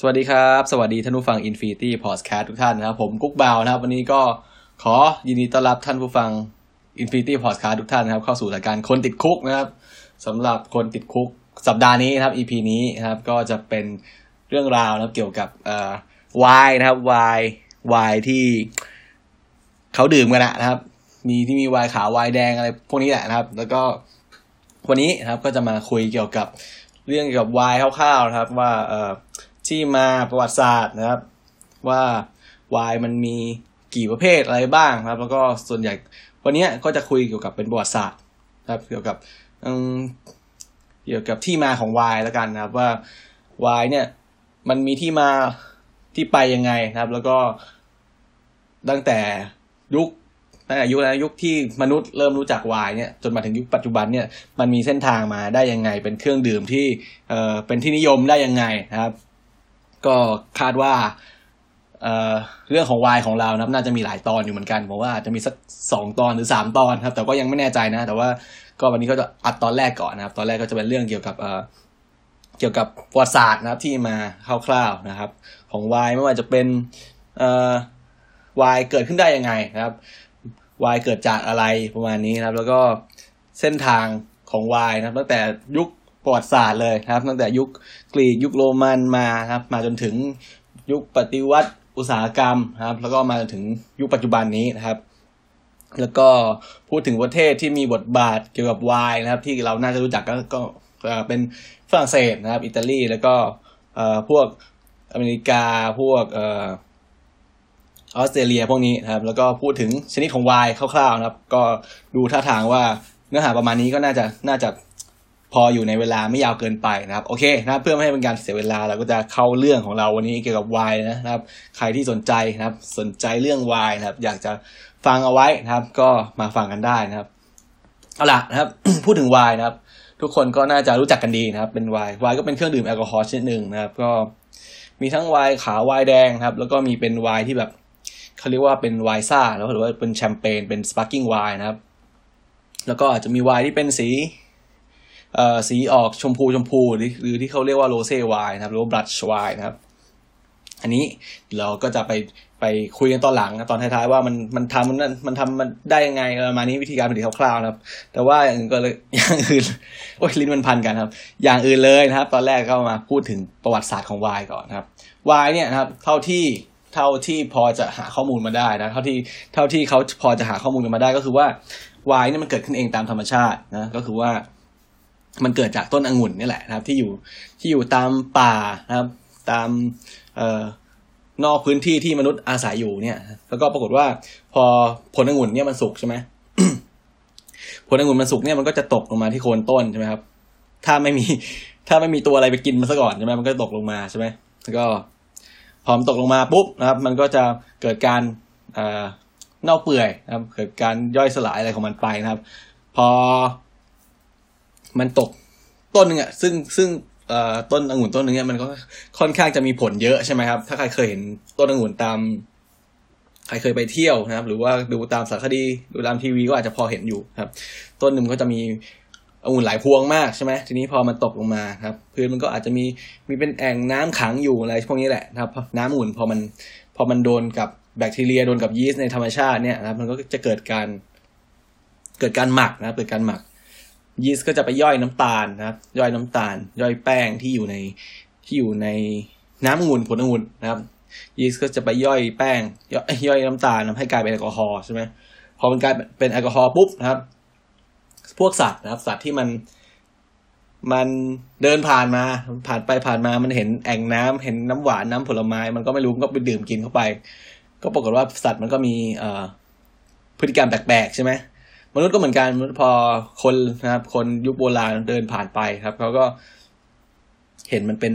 สวัสดีครับสวัสดีท่านผู้ฟัง Infinity Podcast ทุกท่านนะครับผมกุ๊กบ่าวนะครับวันนี้ก็ขอยินดีต้อนรับท่านผู้ฟัง Infinity Podcast ทุกท่านนะครับเข้าสู่รายการคนติดคุกนะครับสำหรับคนติดคุกสัปดาห์นี้นะครับ EP นี้นะครับก็จะเป็นเรื่องราวนะครับเกี่ยวกับไวน์นะครับไวน์ที่เขาดื่มกันนะครับมีไวน์ขาวไวน์แดงอะไรพวกนี้แหละนะครับแล้วก็วันนี้นะครับก็จะมาคุยเกี่ยวกับเรื่องเกี่ยวกับไวน์คร่าวๆนะครับว่าที่มาประวัติศาสตร์นะครับว่าไวน์มันมีกี่ประเภทอะไรบ้างครับแล้วก็ส่วนใหญ่วันนี้ก็จะคุยเกี่ยวกับเป็นประวัติศาสตร์ครับเกี่ยวกับที่มาของไวน์แล้วกันนะครับว่าไวน์เนี่ยมันมีที่มาที่ไปยังไงนะครับแล้วก็ตั้งแต่ยุคที่มนุษย์เริ่มรู้จักไวน์เนี่ยจนมาถึงยุคปัจจุบันเนี่ยมันมีเส้นทางมาได้ยังไงเป็นเครื่องดื่มที่เป็นที่นิยมได้ยังไงนะครับก็คาดว่าเรื่องของไวน์ของเรานะครับน่าจะมีหลายตอนอยู่เหมือนกันผมว่าอาจจะมีสัก2ตอนหรือ3ตอนครับแต่ก็ยังไม่แน่ใจนะแต่ว่าก็วันนี้ก็จะอัดตอนแรกก่อนนะครับตอนแรกก็จะเป็นเรื่องเกี่ยวกับประวัติศาสตร์นะครับที่มาคร่าวๆนะครับของไวน์ไม่ว่าจะเป็นไวน์เกิดขึ้นได้ยังไงนะครับไวน์เกิดจากอะไรประมาณนี้นะครับแล้วก็เส้นทางของไวน์นะครับตั้งแต่ยุคประวัติศาสตร์เลยนะครับตั้งแต่ยุคกรีกยุคโรมันมาครับมาจนถึงยุคปฏิวัติอุตสาหกรรมครับแล้วก็มาจนถึงยุคปัจจุบันนี้นะครับแล้วก็พูดถึงประเทศที่มีบทบาทเกี่ยวกับไวน์นะครับที่เราน่าจะรู้จักก็เป็นฝรั่งเศสนะครับอิตาลีแล้วก็พวกอเมริกาพวกออสเตรเลียพวกนี้นะครับแล้วก็พูดถึงชนิดของไวน์คร่าวๆนะครับก็ดูท่าทางว่าเนื้อหาประมาณนี้ก็น่าจะพออยู่ในเวลาไม่ยาวเกินไปนะครับโอเคนะครับเพื่อไม่ให้เป็นการเสียเวลาเราก็จะเข้าเรื่องของเราวันนี้เกี่ยวกับไวน์นะครับใครที่สนใจนะครับสนใจเรื่องไวน์นะครับอยากจะฟังเอาไว้นะครับก็มาฟังกันได้นะครับเอาล่ะนะครับ พูดถึงไวน์นะครับทุกคนก็น่าจะรู้จักกันดีนะครับเป็นไวน์ก็เป็นเครื่องดื่มแอลกอฮอล์ชนิดหนึ่งนะครับก็มีทั้งไวน์ขาวไวน์แดงครับแล้วก็มีเป็นไวน์ที่แบบเขาเรียกว่าเป็นไวน์ซ่าแล้วหรือว่าเป็นแชมเปญเป็นสปาร์กิ้งไวน์นะครับแล้วก็อาจจะมีไวน์ที่เป็นสีออกชมพูหรือที่เขาเรียกว่าโรเซ่ไวน์นะครับหรือว่าบลัชไวน์นะครับอันนี้เราก็จะไปคุยกันตอนหลังตอนท้ายๆว่ามันทำมันได้ยังไงมานี้วิธีการผลิตคร่าวๆนะครับแต่ว่าอย่างอื่นโอ้ยลิ้นมันพันกันครับอย่างอื่นเลยนะครับตอนแรกก็มาพูดถึงประวัติศาสตร์ของไวน์ก่อนนะครับไวน์เนี่ยนะครับเท่าที่พอจะหาข้อมูลมาได้นะเท่าที่เขาพอจะหาข้อมูลมาได้ก็คือว่าไวน์เนี่ยมันเกิดขึ้นเองตามธรรมชาตินะก็คือว่ามันเกิดจากต้นองุ่นนี่แหละนะครับที่อยู่ตามป่านะครับตามนอกพื้นที่ที่มนุษย์อาศัยอยู่เนี่ยแล้วก็ปรากฏว่าพอผลองุ่นเนี่ยมันสุกใช่ไหม ผลองุ่นมันสุกเนี่ยมันก็จะตกลงมาที่โคนต้นใช่ไหมครับถ้าไม่มีตัวอะไรไปกินมันซะก่อนใช่ไหมมันก็ตกลงมาใช่ไหมแล้วก็พอมันตกลงมาปุ๊บนะครับมันก็จะเกิดการเน่าเปื่อยนะครับเกิดการย่อยสลายอะไรของมันไปนะครับพอมันตกต้นนึงอ่ะซึ่งต้นองุ่นต้นนึงเนี่ยมันก็ค่อนข้างจะมีผลเยอะใช่ไหมครับถ้าใครเคยเห็นต้นองุ่นใครเคยไปเที่ยวนะครับหรือว่าดูตามสารคดีดูตามทีวีก็อาจจะพอเห็นอยู่ครับต้นนึงก็จะมีองุ่นหลายพวงมากใช่ไหมทีนี้พอมันตกลงมาครับพื้นมันก็อาจจะมีเป็นแอ่งน้ำขังอยู่อะไรพวกนี้แหละนะครับน้ำองุ่นพอมันโดนกับแบคทีเรียโดนกับยีสต์ในธรรมชาติเนี่ยนะครับมันก็จะเกิดการหมักนะครับเกิดการหมักยีสต์ก็จะไปย่อยน้ำตาลนะครับย่อยน้ำตาลย่อยแป้งที่อยู่ในน้ำองุ่นผลองุ่นนะครับยีสต์ก็จะไปย่อยแป้งย่อยน้ำตาลทำให้กลายเป็นแอลกอฮอล์ใช่ไหมพอมันกลายเป็นแอลกอฮอล์ปุ๊บนะครับพวกสัตว์นะครับสัตว์ที่มันเดินผ่านมามันเห็นแอ่งน้ำเห็นน้ำหวานน้ำผลไม้มันก็ไม่รู้ก็ไปดื่มกินเข้าไปก็ปรากฏว่าสัตว์มันก็มีพฤติกรรมแปลกๆใช่ไหมมนุษย์ก็เหมือนกันพอคนนะครับคนยุคโบราณเดินผ่านไปครับเขาก็เห็นมันเป็น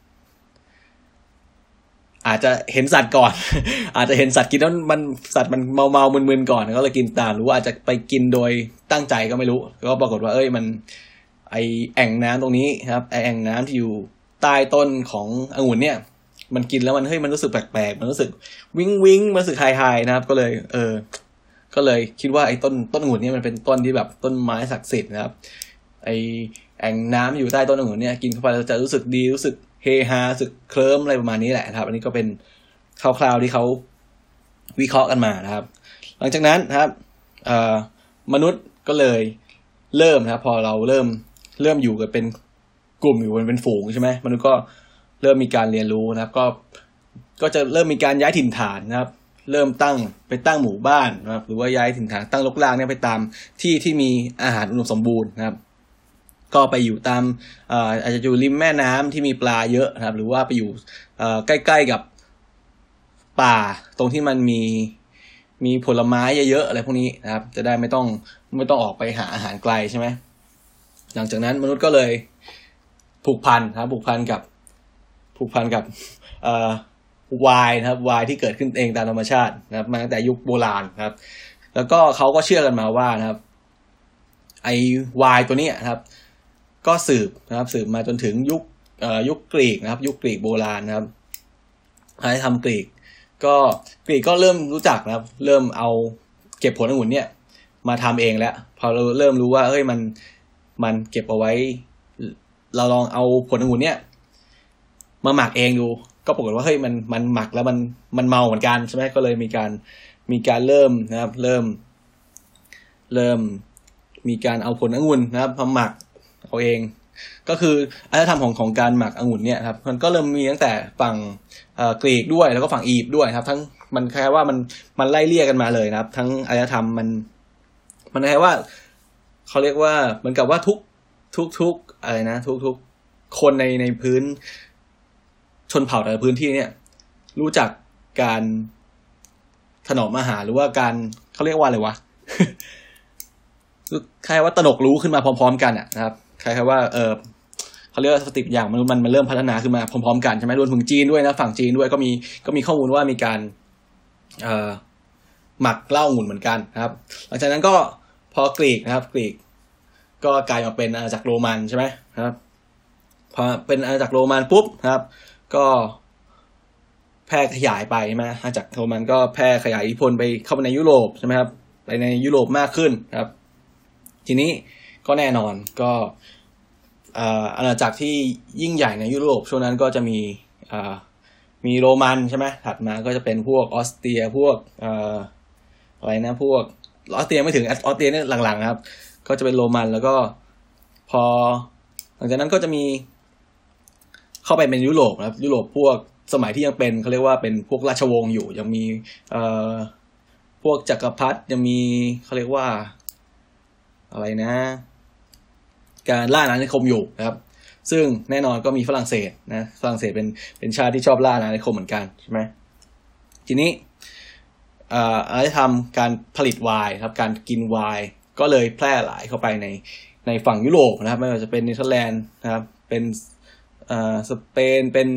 อาจจะเห็นสัตว์ก่อน อาจจะเห็นสัตว์กินแล้วสัตว์มันเมามึนๆก่อนก็เลยกินตามหรือว่าอาจจะไปกินโดยตั้งใจก็ไม่รู้ก็ปรากฏว่ามันไอแอ่งน้ำตรงนี้ครับไอแอ่งน้ำที่อยู่ใต้ต้นขององุ่นเนี่ยมันกินแล้วมันรู้สึกแปลกๆมันรู้สึกวิ้งมันรู้สึกไฮนะครับก็เลยก็เลยคิดว่าไอ้ต้นองุ่นนี่มันเป็นต้นที่แบบต้นไม้ศักดิ์สิทธิ์นะครับไอแอ่งน้ำอยู่ใต้ต้นองุ่นเนี่ยกินเข้าไปเราจะรู้สึกดีรู้สึกเฮฮาสึกเคลิ้มอะไรประมาณนี้แหละนะครับอันนี้ก็เป็นคร่าวๆที่เขาวิเคราะห์กันมานะครับหลังจากนั้นนะครับมนุษย์ก็เลยเริ่มนะครับพอเราเริ่มอยู่กันเป็นกลุ่มอยู่กันเป็นฝูงใช่ไหมมนุษย์ก็เริ่มมีการเรียนรู้นะครับก็จะเริ่มมีการย้ายถิ่นฐานนะครับเริ่มไปตั้งหมู่บ้านนะครับหรือว่าย้ายถิ่นฐานตั้งรกรากเนี่ยไปตามที่มีอาหารอุดมสมบูรณ์นะครับก็ไปอยู่ตามอาจจะอยู่ริมแม่น้ำที่มีปลาเยอะนะครับหรือว่าไปอยู่ใกล้ๆกับป่าตรงที่มันมีผลไม้เยอะๆอะไรพวกนี้นะครับจะได้ไม่ต้องออกไปหาอาหารไกลใช่ไหมหลังจากนั้นมนุษย์ก็เลยผูกพันกับวายนะครับวายที่เกิดขึ้นเองตามธรรมชาตินะครับมาตั้งแต่ยุคโบราณนะครับแล้วก็เขาก็เชื่อกันมาว่านะครับไอ้วายตัวนี้นะครับก็สืบมาจนถึงยุคกรีกนะครับยุคกรีกโบราณนะครับใครทำกรีกก็เริ่มรู้จักนะครับเริ่มเอาเก็บผลองุ่นเนี่ยมาทำเองแล้วพอเราเริ่มรู้ว่าเอ้ยมันเก็บเอาไว้เราลองเอาผลองุ่นเนี่ยมาหมักเองดูก็ปรากฏว่าเฮ้ยมันหมักแล้วมันเมาเหมือนกันใช่ไหมก็เลยมีการเริ่มนะครับเริ่มมีการเอาผลองุ่นนะครับมาหมักเอาเองก็คืออารยธรรมของการหมักองุ่นเนี่ยครับมันก็เริ่มมีตั้งแต่ฝั่งกรีกด้วยแล้วก็ฝั่งอียิปต์ด้วยครับทั้งมันแค่ว่ามันไล่เลี่ยกันมาเลยนะครับทั้งอารยธรรมมันแค่ว่าเขาเรียกว่าเหมือนกับว่าทุกอะไรนะทุกคนในพื้นชนเผ่าแต่ละพื้นที่เนี่ยรู้จักการถนอมอาหารหรือว่าการเขาเรียกว่าอะไรวะ คล้ายว่าตระหนกรู้ขึ้นมาพร้อมๆกันนะครับคล้ายว่าเขาเรียกว่าสติปัญญามันเริ่มพัฒนาขึ้นมาพร้อมๆกันใช่ไหมรวมถึงจีนด้วยนะฝั่งจีนด้วยก็มีข้อมูลว่ามีการหมักเหล้าองุ่นเหมือนกันนะครับหลังจากนั้นก็พอกรีกนะครับกรีกก็กลายมาเป็นอาณาจักรโรมันใช่ไหมครับพอเป็นอาณาจักรโรมันปุ๊บนะครับก็แพร่ขยายไปใช่ไหมอาณาจักรโรมันก็แพร่ขยายอิทธิพลไปเข้าไปในยุโรปใช่ไหมครับไปในยุโรปมากขึ้นครับทีนี้ก็แน่นอนก็อาณาจักรที่ยิ่งใหญ่ในยุโรปช่วงนั้นก็จะมีโรมันใช่ไหมถัดมาก็จะเป็นพวกออสเตรียพวกอะไรนะพวกออสเตรียไม่ถึงออสเตรียเนี่ยหลังๆครับก็จะเป็นโรมันแล้วก็พอหลังจากนั้นก็จะมีเข้าไปเป็นยุโรปนะครับยุโรปพวกสมัยที่ยังเป็นเขาเรียกว่าเป็นพวกราชวงศ์อยู่ยังมีพวกจักรพรรดิยังมีเขาเรียกว่าอะไรนะการล่าอาณานิคมอยู่นะครับซึ่งแน่นอนก็มีฝรั่งเศสนะฝรั่งเศสเป็นชาติที่ชอบล่าอาณานิคมเหมือนกันใช่ไหมทีนี้อารยธรรมการผลิตไวน์ครับการกินไวน์ก็เลยแพร่หลายเข้าไปในฝั่งยุโรปนะครับไม่ว่าจะเป็นเนเธอร์แลนด์นะครับเป็นสเปนเป็น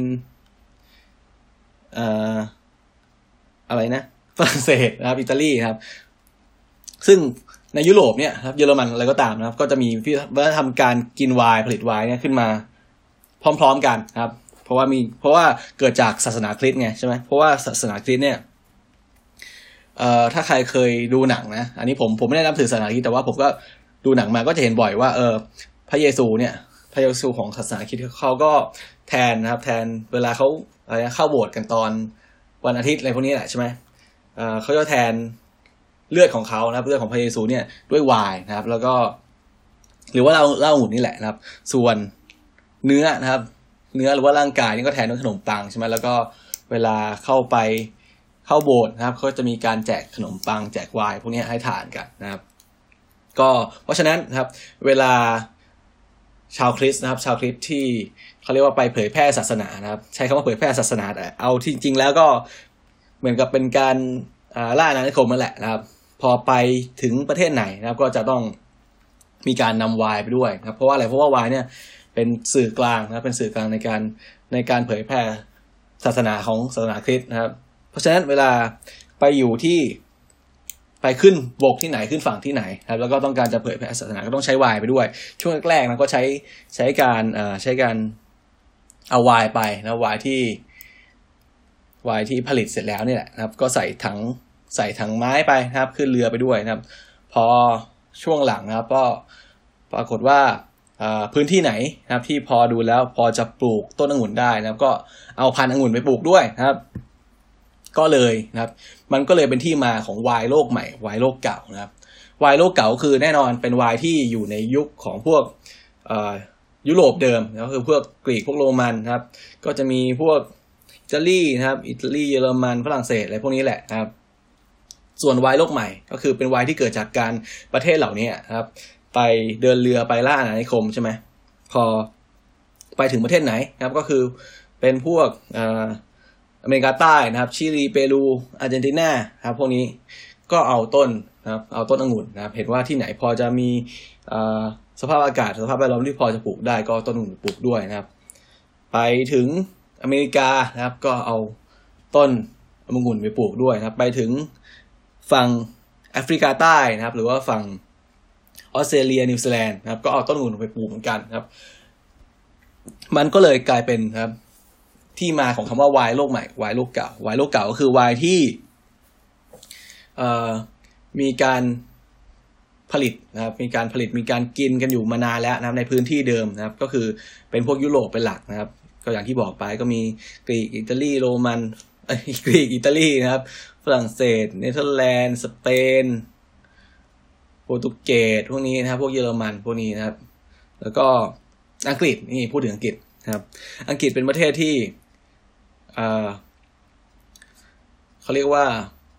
อะไรนะฝรั่งเศสนะครับอิตาลีนะครับซึ่งในยุโรปเนี่ยครับเยอรมันอะไรก็ตามนะครับก็จะมีวัฒนธรรมการกินไวน์ผลิตไวน์เนี่ยขึ้นมาพร้อมๆกันครับเพราะว่าเกิดจากศาสนาคริสต์ไงใช่ไหมเพราะว่าศาสนาคริสต์เนี่ยถ้าใครเคยดูหนังนะอันนี้ผมไม่ได้นับถือศาสนาคริสต์แต่ว่าผมก็ดูหนังมาก็จะเห็นบ่อยว่าพระเยซูของศาสนาคริสต์เขาก็แทนนะครับแทนเวลาเขาเข้าโบสถ์กันตอนวันอาทิตย์อะไรพวกนี้แหละใช่ไหมเขาจะแทนเลือดของเขานะครับเลือดของพระเยซูเนี่ยด้วยไวน์นะครับแล้วก็หรือว่าเหล้าองุ่นนี่แหละนะครับส่วนเนื้อนะครับเนื้อหรือว่าร่างกายนี่ก็แทนด้วยขนมปังใช่ไหมแล้วก็เวลาเข้าโบสถ์นะครับเขาจะมีการแจกขนมปังแจกไวน์พวกนี้ให้ทานกันนะครับก็เพราะฉะนั้นนะครับเวลาชาวคริสต์นะครับชาวคริสต์ที่เขาเรียกว่าไปเผยแพร่ศาสนานะครับใช้คำว่าเผยแพร่ศาสนาแต่เอาที่จริงแล้วก็เหมือนกับเป็นการล่าอาณานิคมนั่นแหละนะครับพอไปถึงประเทศไหนนะครับก็จะต้องมีการนำไวน์ไปด้วยนะครับเพราะว่าอะไรเพราะว่าไวน์เนี่ยเป็นสื่อกลางนะครับเป็นสื่อกลางในการเผยแพร่ศาสนาของศาสนาคริสต์นะครับเพราะฉะนั้นเวลาไปขึ้นบกที่ไหนขึ้นฝั่งที่ไหนครับแล้วก็ต้องการจะเผยแพร่ศาสนาก็ต้องใช้ไวน์ไปด้วยช่วงแรกๆนะก็ใช้การเอาไวน์ไปนะไวน์ที่ผลิตเสร็จแล้วนี่แหละนะครับก็ใส่ถังไม้ไปนะครับขึ้นเรือไปด้วยนะครับพอช่วงหลังนะครับก็ปรากฏว่าพื้นที่ไหนนะครับที่พอดูแล้วพอจะปลูกต้นองุ่นได้นะครับก็เอาพันธุ์องุ่นไปปลูกด้วยนะครับก็เลยนะครับมันก็เลยเป็นที่มาของไวน์โลกใหม่ไวน์โลกเก่านะครับไวน์โลกเก่าคือแน่นอนเป็นไวน์ที่อยู่ในยุคของพวกยุโรปเดิมก็คือพวกกรีกพวกโรมันนะครับก็จะมีพวกอิตาลีนะครับอิตาลีเยอรมันฝรั่งเศสอะไรพวกนี้แหละนะครับส่วนไวน์โลกใหม่ก็คือเป็นไวน์ที่เกิดจากการประเทศเหล่านี้นะครับไปเดินเรือไปล่าอาณานิคมใช่ไหมพอไปถึงประเทศไหนนะครับก็คือเป็นพวกอเมริกาใต้นะครับชิลีเปรูอาร์เจนตินาครับพวกนี้ก็เอาต้นนะครับเอาต้นองุ่นนะครับเห็นว่าที่ไหนพอจะมีสภาพอากาศสภาพแวดล้อมที่พอจะปลูกได้ก็ต้นองุ่นปลูกด้วยนะครับไปถึงอเมริกานะครับก็เอาต้นองุ่นไปปลูกด้วยนะครับไปถึงฝั่งแอฟริกาใต้นะครับหรือว่าฝั่งออสเตรเลียนิวซีแลนด์นะครับก็เอาต้นองุ่นไปปลูกเหมือนกันนะครับมันก็เลยกลายเป็นครับที่มาของคำว่าไวน์โลกใหม่ไวน์โลกเก่าไวน์โลกเก่าก็คือไวน์ที่มีการผลิตนะครับมีการผลิตมีการกินกันอยู่มานานแล้วนะครับในพื้นที่เดิมนะครับก็คือเป็นพวกยุโรปเป็นหลักนะครับก็อย่างที่บอกไปก็มีกรีกอิตาลีโรมันกรีกอิตาลีนะครับฝรั่งเศสเนเธอร์แลนด์สเปนโปรตุเกสพวกนี้นะครับพวกเยอรมันพวกนี้นะครับแล้วก็อังกฤษนี่พูดถึงอังกฤษนะครับอังกฤษเป็นประเทศที่เขาเรียกว่า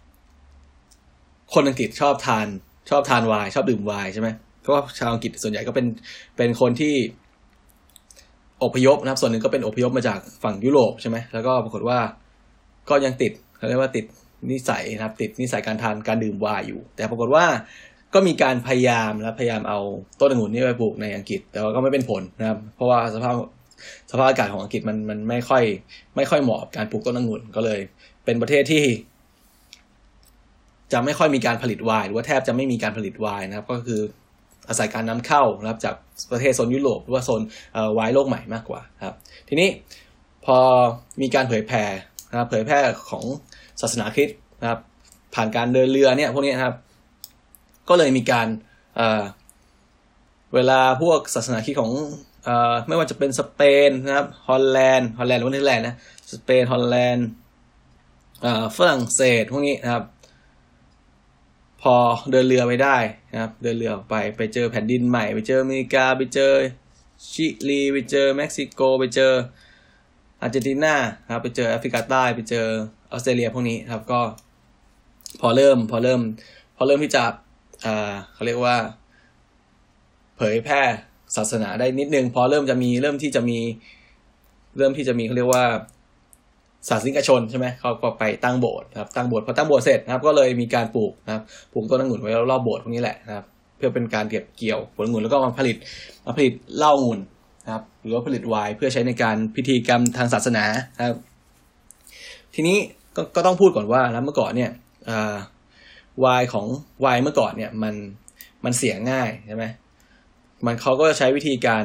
คนอังกฤษชอบทานไวน์ชอบดื่มไวน์ใช่ไหมเพราะว่าชาวอังกฤษส่วนใหญ่ก็เป็นคนที่อพยพนะครับส่วนหนึ่งก็เป็นอพยพมาจากฝั่งยุโรปใช่ไหมแล้วก็ปรากฏว่าก็ยังติดเขาเรียกว่าติดนิสัยนะครับติดนิสัยการดื่มไวน์อยู่แต่ปรากฏว่าก็มีการพยายามเอาต้นองุ่นนี่ไปปลูกในอังกฤษแต่ว่าก็ไม่เป็นผลนะครับเพราะว่าสภาพอากาศของอังกฤษมันไม่ค่อยเหมาะกับการปลูกต้นองุ่นก็เลยเป็นประเทศที่จะไม่ค่อยมีการผลิตไวน์หรือว่าแทบจะไม่มีการผลิตไวน์นะครับก็คืออาศัยการนำเข้านะครับจากประเทศโซนยุโรปหรือว่าโซนไวน์โลกใหม่มากกว่าครับทีนี้พอมีการเผยแพร่ของศาสนาคริสต์นะครับผ่านการเดินเรือเนี่ยพวกนี้นะครับก็เลยมีการเวลาพวกศาสนาคริสต์ของไม่ว่าจะเป็นสเปนนะครับฮอลแลนด์หรือว่าเนเธอร์แลนด์นะสเปนฮอลแลนด์ฝรั่งเศสพวกนี้นะครับพอเดินเรือไปได้นะครับเดินเรือไปเจอแผ่นดินใหม่ไปเจออเมริกาไปเจอชิลีไปเจอเม็กซิโกไปเจออาร์เจนตินาครับไปเจอแอฟริกาใต้ไปเจอออสเตรเลียพวกนี้ครับก็พอเริ่มที่จะเขาเรียกว่าเผยแพร่ศาสนาได้นิดนึงพอเริ่มที่จะมีเขาเรียกว่าศาสนิกชนใช่ไหมเขาก็ไปตั้งโบสถ์ครับตั้งโบสถ์พอตั้งโบสถ์เสร็จนะครับก็เลยมีการปลูกต้นองุ่นไว้รอบโบสถ์พวกนี้แหละนะครับเพื่อเป็นการเก็บเกี่ยวผลองุ่นแล้วก็มาผลิตเหล้าองุ่นนะครับหรือว่าผลิตไวน์เพื่อใช้ในการพิธีกรรมทางศาสนาครับทีนี้ก็ต้องพูดก่อนว่าเมื่อก่อนเนี่ยไวน์เมื่อก่อนเนี่ยมันเสียง่ายใช่ไหมเขาก็ใช้วิธีการ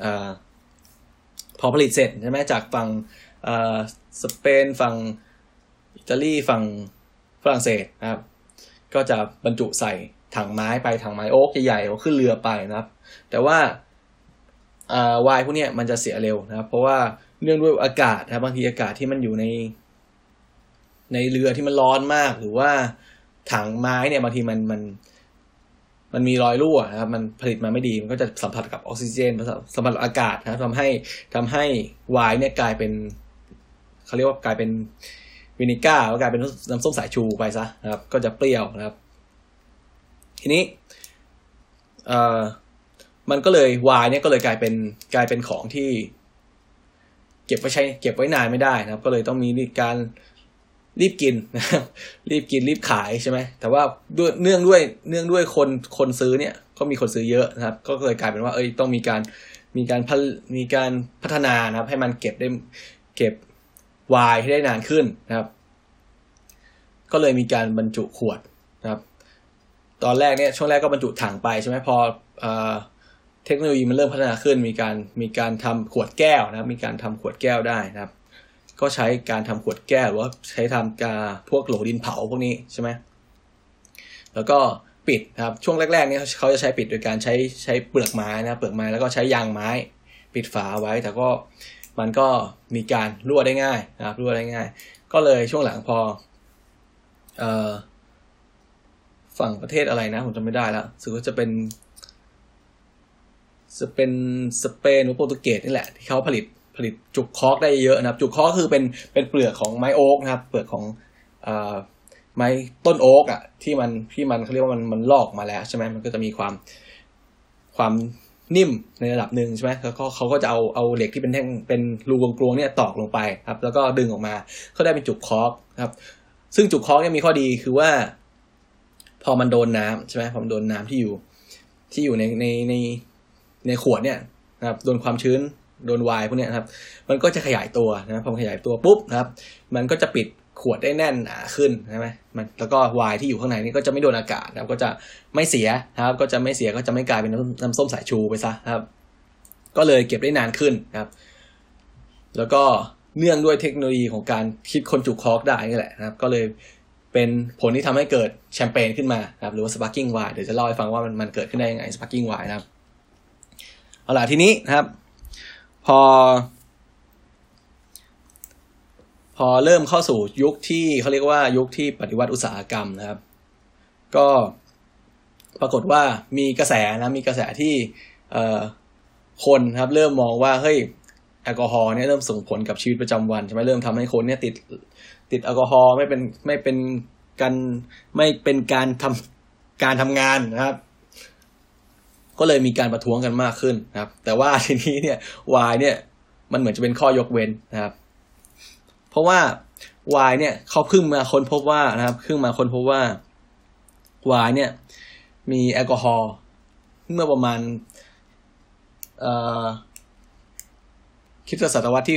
พอผลิตเสร็จใช่ไหมจากฝั่งสเปนฝั่งอิตาลีฝั่งฝรั่งเศสนะครับก็จะบรรจุใส่ถังไม้โอ๊กใหญ่ๆขึ้นเรือไปนะครับแต่ว่าไวน์พวกนี้มันจะเสียเร็วนะครับเพราะว่าเนื่องด้วยอากาศนะครับบางทีอากาศที่มันอยู่ในเรือที่มันร้อนมากหรือว่าถังไม้เนี่ยบางทีมันมีรอยรั่วนะครับมันผลิตมาไม่ดีมันก็จะสัมผัสกับออกซิเจนสัมผัสกับอากาศนะครับทำให้ไวน์เนี่ยกลายเป็นเขาเรียกว่ากลายเป็นวินิก้ากลายเป็นน้ำส้มสายชูไปซะนะครับก็จะเปรี้ยวนะครับทีนี้มันก็เลยไวน์เนี่ยก็เลยกลายเป็นของที่เก็บไว้นานไม่ได้นะครับก็เลยต้องมีการรีบกินนะครับรีบขายใช่ไหมแต่ว่าเนื่องด้วยคนซื้อเนี่ยก็มีคนซื้อเยอะนะครับก็เลยกลายเป็นว่าต้องมีการพัฒนานะครับให้มันเก็บไวน์ให้ได้นานขึ้นนะครับก็เลยมีการบรรจุขวดนะครับตอนแรกเนี่ยช่วงแรกก็บรรจุถังไปใช่ไหมพอเทคโนโลยีมันเริ่มพัฒนาขึ้นมีการทำขวดแก้วนะครับมีการทำขวดแก้วได้นะครับก็ใช้การทำขวดแก้วหรือว่าใช้ทำพวกโหลดินเผาพวกนี้ใช่ไหมแล้วก็เปปิดนะครับช่วงแรกๆเนี่ยเขาจะใช้ปิดโดยการใช้เปลือกไม้นะเปลือกไม้แล้วก็ใช้ยางไม้ปิดฝาไว้แต่ก็มันก็มีการรั่วได้ง่ายนะครับรั่วได้ง่ายก็เลยช่วงหลังพอฝั่งประเทศอะไรนะผมจำไม่ได้แล้วรู้สึกว่าจะเป็นสเปนหรือโปรตุเกสนี่แหละที่เขาผลิตจุกคอกได้เยอะนะครับจุกคอกคือเป็นเปลือกของไม้โอ๊กนะครับเปลือกของไม้ต้นโอ๊กอ่ะที่มันเขาเรียกว่ามันลอกมาแล้วใช่ไหมมันก็จะมีความนิ่มในระดับหนึ่งใช่ไหมแล้วก็เขาก็จะเอาเหล็กที่เป็นแท่งเป็นรูกลวงๆเนี่ยตอกลงไปครับแล้วก็ดึงออกมาเขาได้เป็นจุกคอกครับซึ่งจุกคอกเนี่ยมีข้อดีคือว่าพอมันโดนน้ำใช่ไหมพอมันโดนน้ำที่อยู่ในขวดเนี่ยนะครับโดนความชื้นโดนไวน์พวกนี้นะครับมันก็จะขยายตัวนะพอขยายตัวปุ๊บนะครับมันก็จะปิดขวดได้แน่นหนาขึ้นใช่ไหมมันแล้วก็ไวน์ที่อยู่ข้างในนี่ก็จะไม่โดนอากาศนะครับก็จะไม่เสียนะครับก็จะไม่กลายเป็นน้ำส้มสายชูไปซะนะครับก็เลยเก็บได้นานขึ้นนะครับแล้วก็เนื่องด้วยเทคโนโลยีของการคิดคนจุกคอกได้นี่แหละนะครับก็เลยเป็นผลที่ทำให้เกิดแชมเปญขึ้นมานะครับหรือว่าสปาร์กิ้งไวน์เดี๋ยวจะเล่าให้ฟังว่ามันเกิดขึ้นได้ยังไงสปาร์กิ้งไวน์นะครับเอาล่ะทีนี้นะครับพอเริ่มเข้าสู่ยุคที่เขาเรียกว่ายุคที่ปฏิวัติอุตสาหกรรมนะครับก็ปรากฏว่ามีกระแสที่คนครับเริ่มมองว่าเฮ้ยแอลกอฮอล์เนี่ยเริ่มส่งผลกับชีวิตประจำวันใช่ไหมเริ่มทำให้คนเนี่ยติดแอลกอฮอล์ไม่เป็นการทำงานนะครับก็เลยมีการประท้วงกันมากขึ้นนะครับแต่ว่าทีนี้เนี่ยวายเนี่ยมันเหมือนจะเป็นข้อยกเว้นนะครับเพราะว่าวายเนี่ยเขาเพิ่งมาค้นพบว่านะครับวายเนี่ยมีแอลกอฮอล์เมื่อประมาณคริสตศตวรรษที่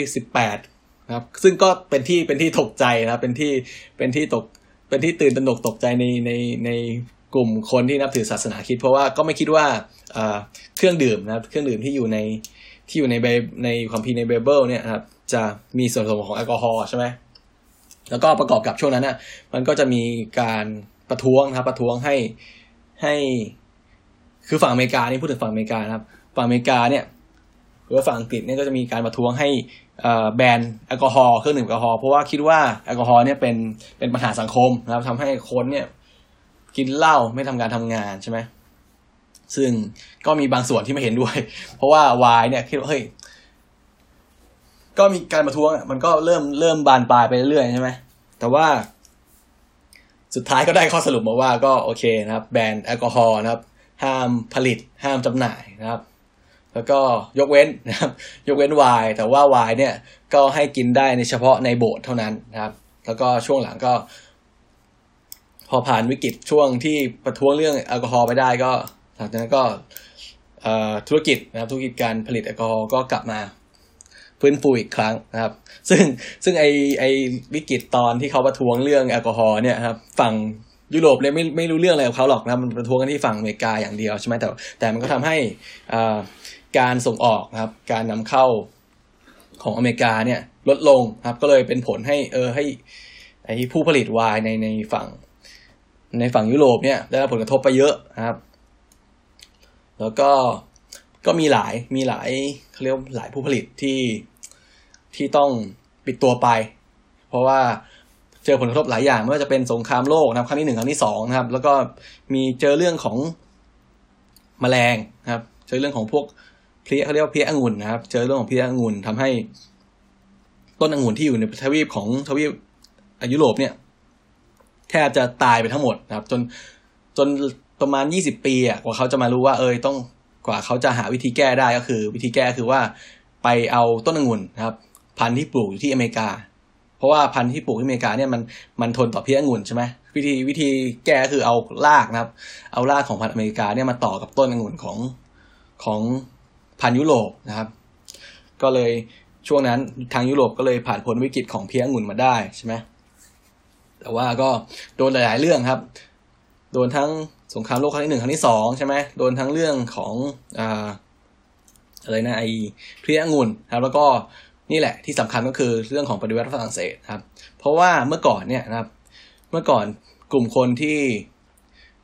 18นะครับซึ่งก็เป็นที่ตกใจนะครับเป็นที่ตื่นตระหนกตกใจในกลุ่มคนที่นับถือศาสนาคริสต์เพราะว่าก็ไม่คิดว่าเครื่องดื่มนะครับเครื่องดื่มที่อยู่ในคัมภีร์ในไบเบิลเนี่ยครับจะมีส่วนผสมของแอลกอฮอล์ใช่ไหมแล้วก็ประกอบกับช่วงนั้นมันก็จะมีการประท้วงนะครับประท้วงให้คือฝั่งอเมริกานี่พูดถึงฝั่งอเมริกานะครับฝั่งอเมริกาเนี่ยหรือว่าฝั่งอังกฤษเนี่ยก็จะมีการประท้วงให้แบนแอลกอฮอล์เครื่องดื่มแอลกอฮอล์เพราะว่าคิดว่าแอลกอฮอล์เนี่ยเป็นปัญหาสังคมนะครับทำให้คนเนี่ยกินเหล้าไม่ทำการทำงานใช่ไหมซึ่งก็มีบางส่วนที่ไม่เห็นด้วยเพราะว่าไวน์เนี่ยคิดว่าเฮ้ยก็มีการประท้วงมันก็เริ่มบานปลายไปเรื่อยๆใช่ไหมแต่ว่าสุดท้ายก็ได้ข้อสรุปมาว่าก็โอเคนะครับแบนแอลกอฮอล์นะครับห้ามผลิตห้ามจำหน่ายนะครับแล้วก็ยกเว้นนะครับยกเว้นไวน์แต่ว่าไวน์เนี่ยก็ให้กินได้ในเฉพาะในโบสถ์เท่านั้นนะครับแล้วก็ช่วงหลังก็พอผ่านวิกฤตช่วงที่ประท้วงเรื่องแอลกอฮอล์ไปได้ก็หลังจากนั้นก็ธุรกิจการผลิตแอลกอฮอล์ก็กลับมาฟื้นฟูอีกครั้งนะครับซึ่งไอวิกฤตตอนที่เขาประท้วงเรื่องแอลกอฮอล์เนี่ยครับฝั่งยุโรปเนี่ยไม่รู้เรื่องอะไรกับเขาหรอกนะมันประท้วงกันที่ฝั่งอเมริกาอย่างเดียวใช่ไหมแต่มันก็ทำให้การส่งออกนะครับการนำเข้าของอเมริกาเนี่ยลดลงครับก็เลยเป็นผลให้ไอ้ผู้ผลิตไวน์ในฝั่งยุโรปเนี่ยได้รับผลกระทบไปเยอะนะครับแล้วก็มีหลายเขาเรียกหลายผู้ผลิตที่ต้องปิดตัวไปเพราะว่าเจอผลกระทบหลายอย่างไม่ว่าจะเป็นสงครามโลกนะครับครั้งที่1ครั้งที่2นะครับแล้วก็มีเจอเรื่องของแมลงนะครับเจอเรื่องของพวกเพลี้ยเขาเรียกว่าเพลี้ยองุ่นนะครับเจอเรื่องของเพลี้ยองุ่นทำให้ต้นองุ่นที่อยู่ในทวีปของทวีปยุโรปเนี่ยแทบจะตายไปทั้งหมดนะครับจนประมาณ20 ปีกว่าเขาจะมารู้ว่าต้องกว่าเขาจะหาวิธีแก้ได้ก็คือวิธีแก้คือว่าไปเอาต้นองุ่นนะครับพันธุ์ที่ปลูกอยู่ที่อเมริกาเพราะว่าพันธุ์ที่ปลูกที่อเมริกาเนี่ยมันทนต่อเพลี้ยองุ่นใช่ไหมวิธีแก้คือเอารากนะครับเอารากของพันธุ์อเมริกาเนี่ยมาต่อกับต้นองุ่นของพันธุ์ยุโรปนะครับก็เลยช่วงนั้นทางยุโรปก็เลยผ่านพ้นวิกฤตของเพลี้ยองุ่นมาได้ใช่ไหมแต่ว่าก็โดนหลายๆเรื่องครับโดนทั้งสงครามโลกครั้งที่1ครั้งที่2ใช่ไหมโดนทั้งเรื่องของอะไรนะไอเพลี้ยองุ่นครับแล้วก็นี่แหละที่สำคัญก็คือเรื่องของปฏิวัติฝรั่งเศสครับเพราะว่าเมื่อก่อนเนี่ยนะครับเมื่อก่อนกลุ่มคนที่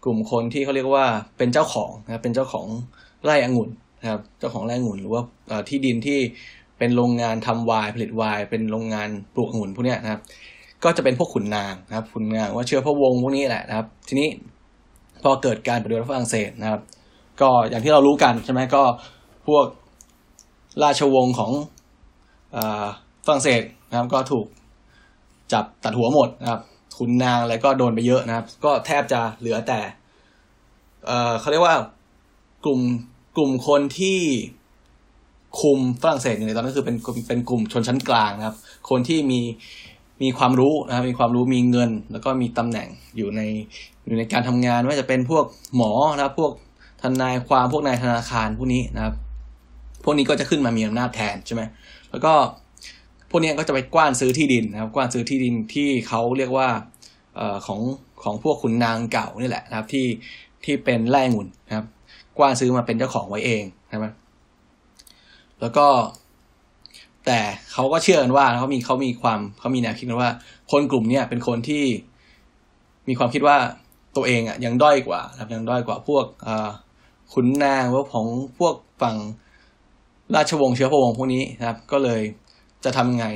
ลุ่มคนที่เขาเรียกว่าเป็นเจ้าของนะครับเป็นเจ้าของไร่องุ่นนะครับเจ้าของไร่องุ่นหรือว่าที่ดินที่เป็นโรงงานทำไวน์ผลิตไวน์เป็นโรงงานปลูกองุ่นพวกนี้นะครับก็จะเป็นพวกขุนนางนะครับขุนนางว่าเชื้อพระวงศ์พวกนี้แหละนะครับทีนี้พอเกิดการปฏิวัติฝรั่งเศสนะครับก็อย่างที่เรารู้กันใช่ไหมก็พวกราชวงศ์ของฝรั่งเศสนะครับก็ถูกจับตัดหัวหมดนะครับขุนนางอะไรก็โดนไปเยอะนะครับก็แทบจะเหลือแต่เขาเรียกว่ากลุ่มคนที่คุมฝรั่งเศสอยู่ในตอนนั้นคือเป็นกลุ่มชนชั้นกลางนะครับคนที่มีความรู้นะครับมีความรู้มีเงินแล้วก็มีตำแหน่งอยู่ในการทำงานไม่ว่าจะเป็นพวกหมอนะครับพวกทนายความพวกนายธนาคารพวกนี้นะครับพวกนี้ก็จะขึ้นมามีอำนาจแทนใช่ไหมแล้วก็พวกนี้ก็จะไปกว้านซื้อที่ดินนะครับกว้านซื้อที่ดินที่เขาเรียกว่าของพวกขุนนางเก่านี่แหละนะครับที่เป็นไร่องุ่นนะครับกว้านซื้อมาเป็นเจ้าของไว้เองนะครับแล้วก็แต่เขาก็เชื่อกันว่าเขามีแนวคิดกันว่าคนกลุ่มนี้เป็นคนที่มีความคิดว่าตัวเองยังด้อยกว่านะครับยังด้อยกว่าพวกขุนนางหรือของพวกฝั่งราชวงศ์เชื้อพระวงศ์พวกนี้นะครับก็เลยจะทำไง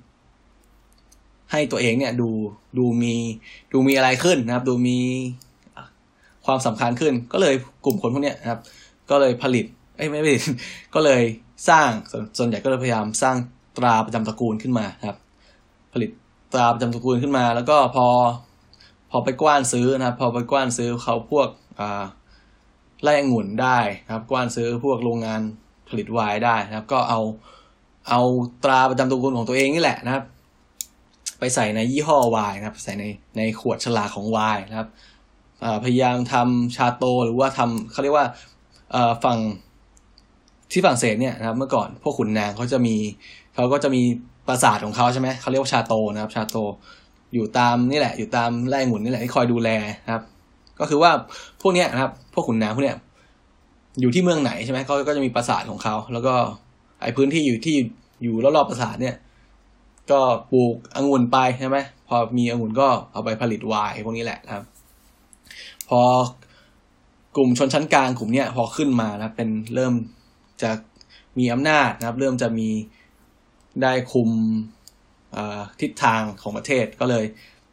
ให้ตัวเองเนี่ยดูมีอะไรขึ้นนะครับดูมีความสำคัญขึ้นก็เลยกลุ่มคนพวกนี้นะครับก็เลยผลิตไม่ผลิตก็เลยสร้างส่วนใหญ่ก็เลยพยายามสร้างตราประจำตระกูลขึ้นมานะครับผลิตตราประจำตระกูลขึ้นมาแล้วก็พอไปกว้านซื้อนะครับพอไปกว้านซื้อเขาพวกไร่องุ่นได้นะครับกว้านซื้อพวกโรงงานผลิตไวน์ได้นะครับก็เอาตราประจำตระกูลของตัวเองนี่แหละนะครับไปใส่ในยี่ห้อไวน์นะครับใส่ในขวดฉลากของไวน์นะครับพยายามทำชาโตหรือว่าเขาเรียกว่าฝั่งที่ฝรั่งเศสเนี่ยนะครับเมื่อก่อนพวกขุนนางเขาก็จะมีปราสาทของเขาใช่ไหมเขาเรียกว่าชาโตนะครับชาโตอยู่ตามนี่แหละอยู่ตามไร่องุ่นนี่แหละที่คอยดูแลนะครับก็คือว่าพวกเนี้ยนะครับพวกขุนนางพวกเนี้ยอยู่ที่เมืองไหนใช่ไหมเขาก็จะมีปราสาทของเขาแล้วก็ไอ้พื้นที่อยู่รอบๆปราสาทเนี่ยก็ปลูกองุ่นไปใช่ไหมพอมีองุ่นก็เอาไปผลิตไวน์พวกนี้แหละนะครับพอกลุ่มชนชั้นกลางกลุ่มเนี้ยพอขึ้นมานะเป็นเริ่มจะมีอำนาจนะครับเริ่มจะมีได้คุมทิศทางของประเทศก็เลย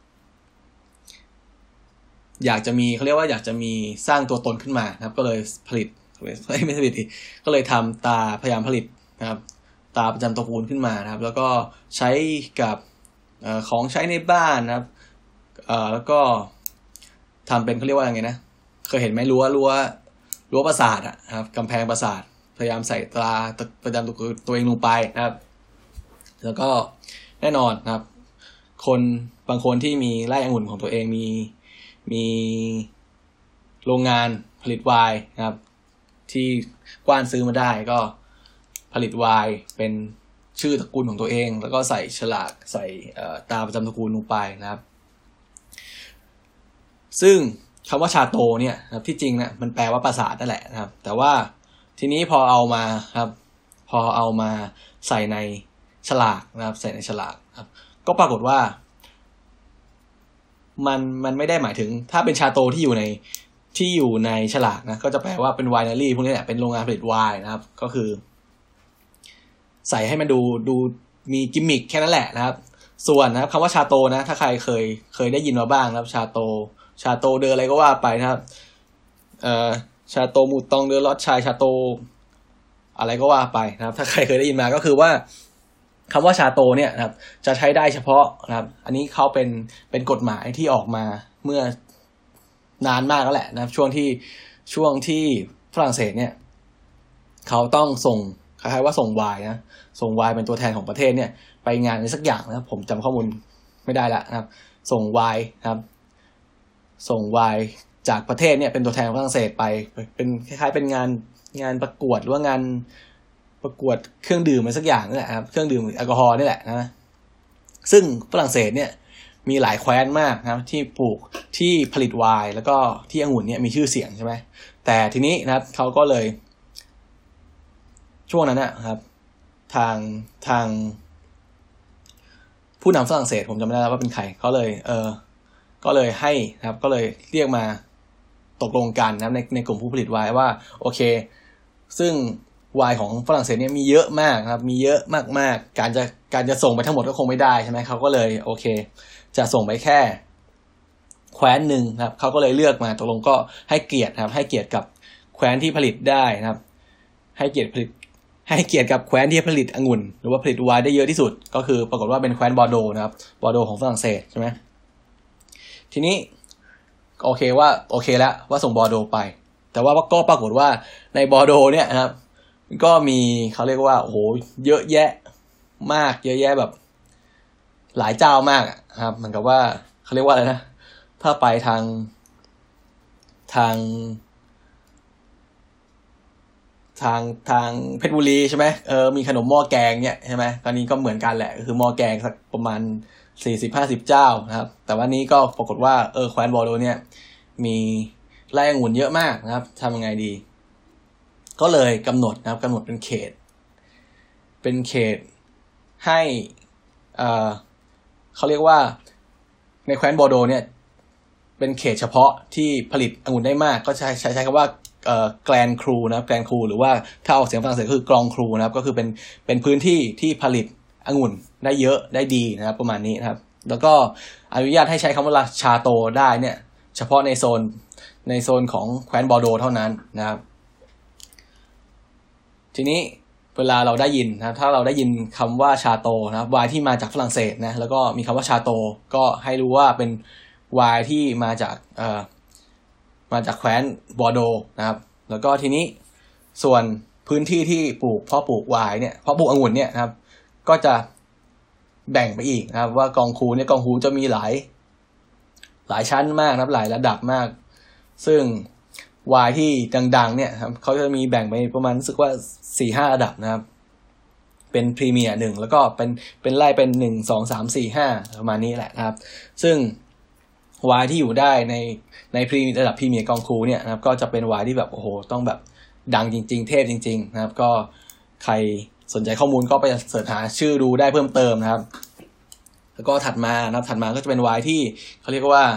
อยากจะมีเขาเรียกว่าอยากจะมีสร้างตัวตนขึ้นมานะครับก็เลยผลิตไม่ผลิตก็เลยทำพยายามผลิตนะครับตาประจำตระกูลขึ้นมานะครับแล้วก็ใช้กับของใช้ในบ้านนะครับแล้วก็ทำเป็นเขาเรียกว่าไงนะเคยเห็นไหมรั้วปราสาทครับกำแพงปราสาทพยายามใส่ตราประจำตัวเองลงไปนะครับแล้วก็แน่นอนนะครับคนบางคนที่มีไร่องุ่นของตัวเองมีโรงงานผลิตไวน์นะครับที่กว้านซื้อมาได้ก็ผลิตไวน์เป็นชื่อตระกูลของตัวเองแล้วก็ใส่ฉลากใส่ตราประจำตระกูลลงไปนะครับซึ่งคำว่าชาโตเนี่ยนะครับที่จริงนะมันแปลว่าปราสาทนั่นแหละนะครับแต่ว่าทีนี้พอเอามาใส่ในฉลากนะครับใส่ในฉลากครับก็ปรากฏว่ามันไม่ได้หมายถึงถ้าเป็นชาโตที่อยู่ในฉลากนะก็จะแปลว่าเป็นไวนารี่พวกนี้แหละเป็นโรงงานผลิตไวน์นะครับก็คือใส่ให้มันดูมีกิมมิคแค่นั้นแหละนะครับส่วนนะครับคำว่าชาโตนะถ้าใครเคยได้ยินมาบ้างนะครับชาโตเดออะไรก็ว่าไปนะครับชาโตมูตองเดอลอดชายชาโตอะไรก็ว่าไปนะครับถ้าใครเคยได้ยินมาก็คือว่าคำว่าชาโตเนี่ยนะครับจะใช้ได้เฉพาะนะครับอันนี้เขาเป็นกฎหมายที่ออกมาเมื่อนานมากแล้วแหละนะครับช่วงที่ฝรั่งเศสเนี่ยเขาต้องส่งคล้ายๆว่าส่งไวน์นะส่งไวน์เป็นตัวแทนของประเทศเนี่ยไปงานอะไรสักอย่างนะครับผมจำข้อมูลไม่ได้ละนะครับส่งไวน์นะครับส่งไวน์จากประเทศเนี่ยเป็นตัวแทนของฝรั่งเศสไปเป็นคล้ายๆเป็นงานประกวดหรือว่างานประกวดเครื่องดื่มอะไรสักอย่างนี่แหละครับเครื่องดื่มแอลกอฮอล์นี่แหละนะซึ่งฝรั่งเศสเนี่ยมีหลายแคว้นมากนะครับที่ปลูกที่ผลิตไวน์แล้วก็ที่องุ่นเนี่ยมีชื่อเสียงใช่ไหมแต่ทีนี้นะครับเขาก็เลยช่วงนั้นนะครับทางผู้นำฝรั่งเศสผมจำไม่ได้แล้วว่าเป็นใครเขาเลยก็เลยให้นะครับก็เลยเรียกมาตกลงกันนะครับในกลุ่มผู้ผลิตไวน์ว่าโอเคซึ่งไวน์ของฝรั่งเศสเนี่ยมีเยอะมากครับมีเยอะมากๆการจะส่งไปทั้งหมดก็คงไม่ได้ใช่ไหมเขาก็เลยโอเคจะส่งไปแค่แคว้นหนึ่งนะครับเขาก็เลยเลือกมาตกลงก็ให้เกียรตินะครับให้เกียรติกับแคว้นที่ผลิตได้นะครับให้เกียรติกับแคว้นที่ผลิตองุ่นหรือว่าผลิตไวน์ได้เยอะที่สุดก็คือปรากฏว่าเป็นแคว้นบอร์โดนะครับบอร์โดของฝรั่งเศสใช่ไหมทีนี้โอเคแล้วว่าส่งบอร์โดไปแต่ว่าก็ปรากฏว่าในบอร์โดเนี่ยนะครับก็มีเขาเรียกว่าโอ้โหเยอะแยะมากเยอะแยะแบบหลายเจ้ามากครับเหมือนกับว่าเขาเรียกว่าอะไรนะถ้าไปทางเพชรบุรีใช่ไหมมีขนมหม้อแกงเนี่ยใช่ไหมตอนนี้ก็เหมือนกันแหละคือหม้อแกงสักประมาณ40-50 เจ้านะครับแต่ว่านี้ก็ปรากฏว่าแคว้นบอร์โดเนี่ยมีไร่องุ่นเยอะมากนะครับทำยังไงดีก็เลยกำหนดเป็นเขตให้เขาเรียกว่าในแคว้นบอร์โดเนี่ยเป็นเขตเฉพาะที่ผลิตองุ่นได้มากก็ใช้คำว่าแกรนครูนะครับแกรนครูหรือว่าถ้าออกเสียงฝรั่งเศสคือกรองครูนะครับก็คือเป็นพื้นที่ที่ผลิตองุ่นได้เยอะได้ดีนะครับประมาณนี้นะครับแล้วก็อนุญาตให้ใช้คำว่าชาโตได้เนี่ยเฉพาะในโซนของแคว้นบอร์โดเท่านั้นนะครับทีนี้เวลาเราได้ยินนะถ้าเราได้ยินคำว่าชาโตนะครับไวน์ที่มาจากฝรั่งเศสนะแล้วก็มีคำว่าชาโตก็ให้รู้ว่าเป็นไวน์ที่มาจากแคว้นบอร์โดนะครับแล้วก็ทีนี้ส่วนพื้นที่ที่เพาะปลูกไวน์เนี่ยเพาะปลูกองุ่นเนี่ยนะครับก็จะแบ่งไปอีกนะครับว่ากองคูจะมีหลายชั้นมากนะครับหลายระดับมากซึ่งไวน์ที่ดังๆเนี่ยครับเขาจะมีแบ่งไปประมาณรู้สึกว่า 4-5 ระดับนะครับเป็นพรีเมียร์1แล้วก็เป็นไล่เป็น1 2 3 4 5ประมาณนี้แหละนะครับซึ่งไวน์ที่อยู่ได้ในระดับพรีเมียร์กองคูเนี่ยนะครับก็จะเป็นไวน์ที่แบบโอ้โหต้องแบบดังจริงๆเทพจริงๆนะครับก็ใครสนใจข้อมูลก็ไปเสิร์ชหาชื่อดูได้เพิ่มเติมนะครับแล้วก็ถัดมาก็จะเป็นไวน์ที่เขาเรียกว่า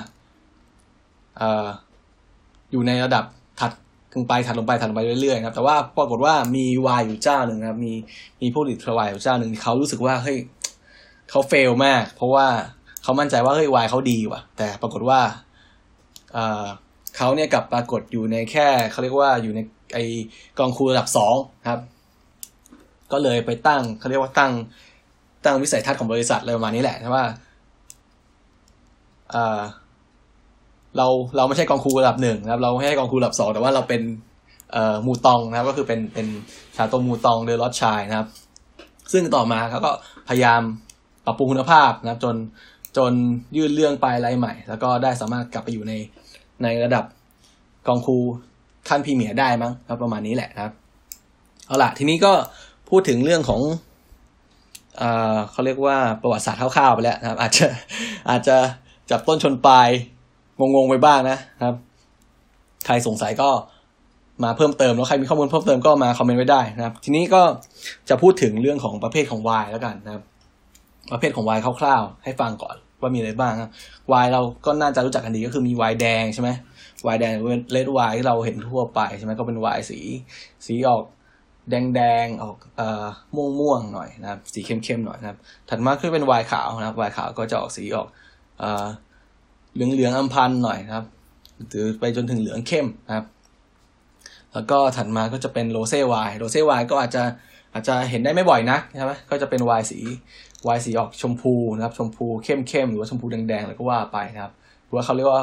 อยู่ในระดับถัดลงไปเรื่อยๆนะครับแต่ว่าปรากฏว่ามีไวน์อยู่เจ้าหนึ่งนะครับมีผู้ผลิตไวน์อยู่เจ้าหนึ่งเขารู้สึกว่าเฮ้ยเขาเฟลมากเพราะว่าเขามั่นใจว่าเฮ้ยไวน์เขาดีว่ะแต่ปรากฏว่าเขาเนี่ยกลับปรากฏอยู่ในแค่เขาเรียกว่าอยู่ในไอกองคูระดับ2ครับก็เลยไปเขาเรียกว่าตั้งวิสัยทัศน์ของบริษัทอะไรประมาณนี้แหละนะว่าเราไม่ใช่กองคูระดับ1นะครับเราไม่ใช่กองคูระดับ2แต่ว่าเราเป็นมูตองนะครับก็คือเป็นชาโตมูตองเดอลอดชายนะครับซึ่งต่อมาเขาก็พยายามปรับปรุงคุณภาพนะครับจนยื่นเรื่องไปรายใหม่แล้วก็ได้สามารถกลับไปอยู่ในระดับกองคูขั้นพรีเมียร์ได้มั้งครับประมาณนี้แหละนะครับเอาล่ะทีนี้ก็พูดถึงเรื่องของเขาเรียกว่าประวัติศาสตร์คร่าวๆไปแล้วนะครับอาจจะจับต้นชนปลายงงๆไปบ้างนะครับใครสงสัยก็มาเพิ่มเติมแล้วใครมีข้อมูลเพิ่มเติมก็มาคอมเมนต์ไว้ได้นะครับทีนี้ก็จะพูดถึงเรื่องของประเภทของไวน์แล้วกันนะครับประเภทของไวน์คร่าวๆให้ฟังก่อนว่ามีอะไรบ้างครับไวน์เราก็น่าจะรู้จักกันดีก็คือมีไวน์แดงใช่ไหมไวน์แดงเรดไวน์ที่เราเห็นทั่วไปใช่ไหมก็เป็นไวน์สีออกแดงออกม่วงหน่อยนะครับสีเข้มๆหน่อยนะครับถัดมาคือเป็นไวน์ขาวนะครับไวน์ขาวก็จะออกสีออกเหลืองอำพันหน่อยนะครับหรือไปจนถึงเหลืองเข้มนะครับแล้วก็ถัดมาก็จะเป็นโรเซ่ไวน์ก็อาจจะเห็นได้ไม่บ่อยนักใช่ไหมก็จะเป็นไวน์สีออกชมพูนะครับชมพูเข้มหรือว่าชมพูแดงๆแล้วก็ว่าไปนะครับหรือว่าเขาเรียกว่า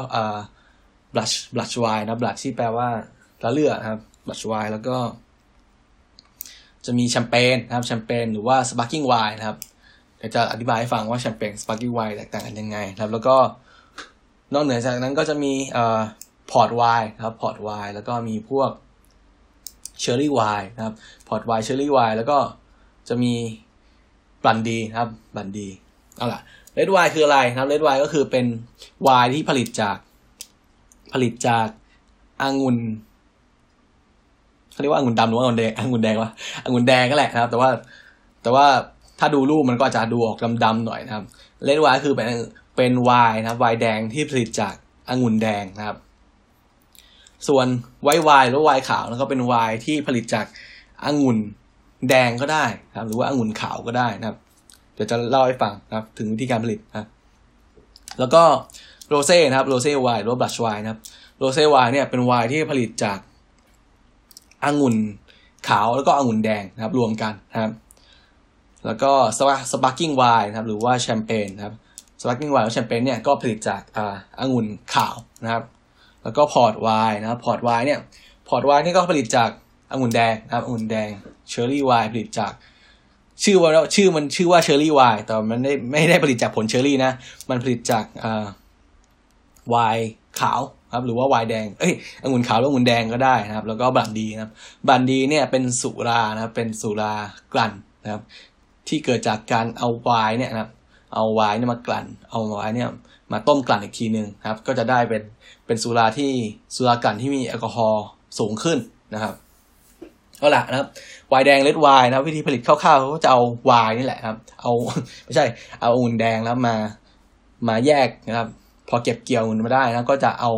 blush wine นะ blush ที่แปลว่าละเลือดนะครับ blush wine แล้วก็จะมีแชมเปญนะครับแชมเปญหรือว่า sparkling wine นะครับเดี๋ยวจะอธิบายให้ฟังว่าแชมเปญ sparkling wine แตกต่างกันยังไงนะครับแล้วก็นอกเหนือจากนั้นก็จะมีพอร์ตไวน์ครับพอร์ตไวน์แล้วก็มีพวกเชอร์รี่ไวน์นะครับพอร์ตไวน์เชอร์รี่ไวน์แล้วก็จะมีบรันดีนะครับบรันดีเอาล่ะเรดไวน์คืออะไรครับเรดไวน์ก็คือเป็นไวน์ที่ผลิตจากองุ่นเขาเรียกว่าองุ่นดำหรือว่าองุ่นแดงองุ่นแดงก็แหละนะครับแต่ว่าถ้าดูรูปมันก็อาจจะดูออกดำๆหน่อยนะครับเรดไวน์คือเป็นไวน์นะครับไวน์แดงที่ผลิตจากองุ่นแดงนะครับส่วนไวน์ไวน์หรือไวน์ขาวแล้วก็เป็นไวน์ที่ผลิตจากองุ่นแดงก็ได้ครับหรือว่าองุ่นขาวก็ได้นะครับเดี๋ยวจะเล่าให้ฟังนะครับถึงวิธีการผลิตนะแล้วก็โรเซ่นะครับโรเซ่ไวน์หรือว่าบลัชไวน์นะครับโรเซ่ไวน์เนี่ยเป็นไวน์ที่ผลิตจากองุ่นขาวแล้วก็องุ่นแดงนะครับรวมกันนะครับแล้วก็สปาร์กิ้งไวน์นะครับหรือว่าแชมเปญนะครับสปาร์กิ้งไวน์และแชมเปญเนี่ยก็ผลิตจากองุ่นขาวนะครับแล้วก็พอร์ตไวน์นะครับพอร์ตไวน์นี่ก็ผลิตจากองุ่นแดงนะครับองุ่นแดงเชอร์รี่ไวน์ผลิตจากชื่อมันชื่อว่าเชอร์รี่ไวน์แต่มันไม่ได้ผลิตจากผลเชอร์รี่นะมันผลิตจากไวน์ขาวครับหรือว่าไวน์แดงองุ่นขาวหรือองุ่นแดงก็ได้นะครับแล้วก็บรันดีนะครับบรันดีเนี่ยเป็นสุรานะครับเป็นสุรากลั่นนะครับที่เกิดจากการเอาไวน์เนี่ยนะครับเอาไวน์เนี่ยมากลั่นเอาไวน์เนี่ยมาต้มกลั่นอีกทีนึงครับก็จะได้เป็นสุรากลั่นที่มีแอลกอฮอล์สูงขึ้นนะครับเอาล่ะนะครับไวน์แดงเรดไวน์นะวิธีผลิตคร่าวๆเขาก็จะเอาไวน์นี่แหละครับไม่ใช่เอาองุ่นแดงแล้วมาแยกนะครับพอเก็บเกี่ยวมันมาได้นะก็จะเอา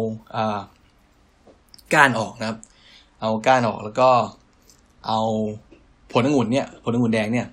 ก้านออกนะครับเอาก้านออกแล้วก็เอาผลองุ่นแดงเนี่ย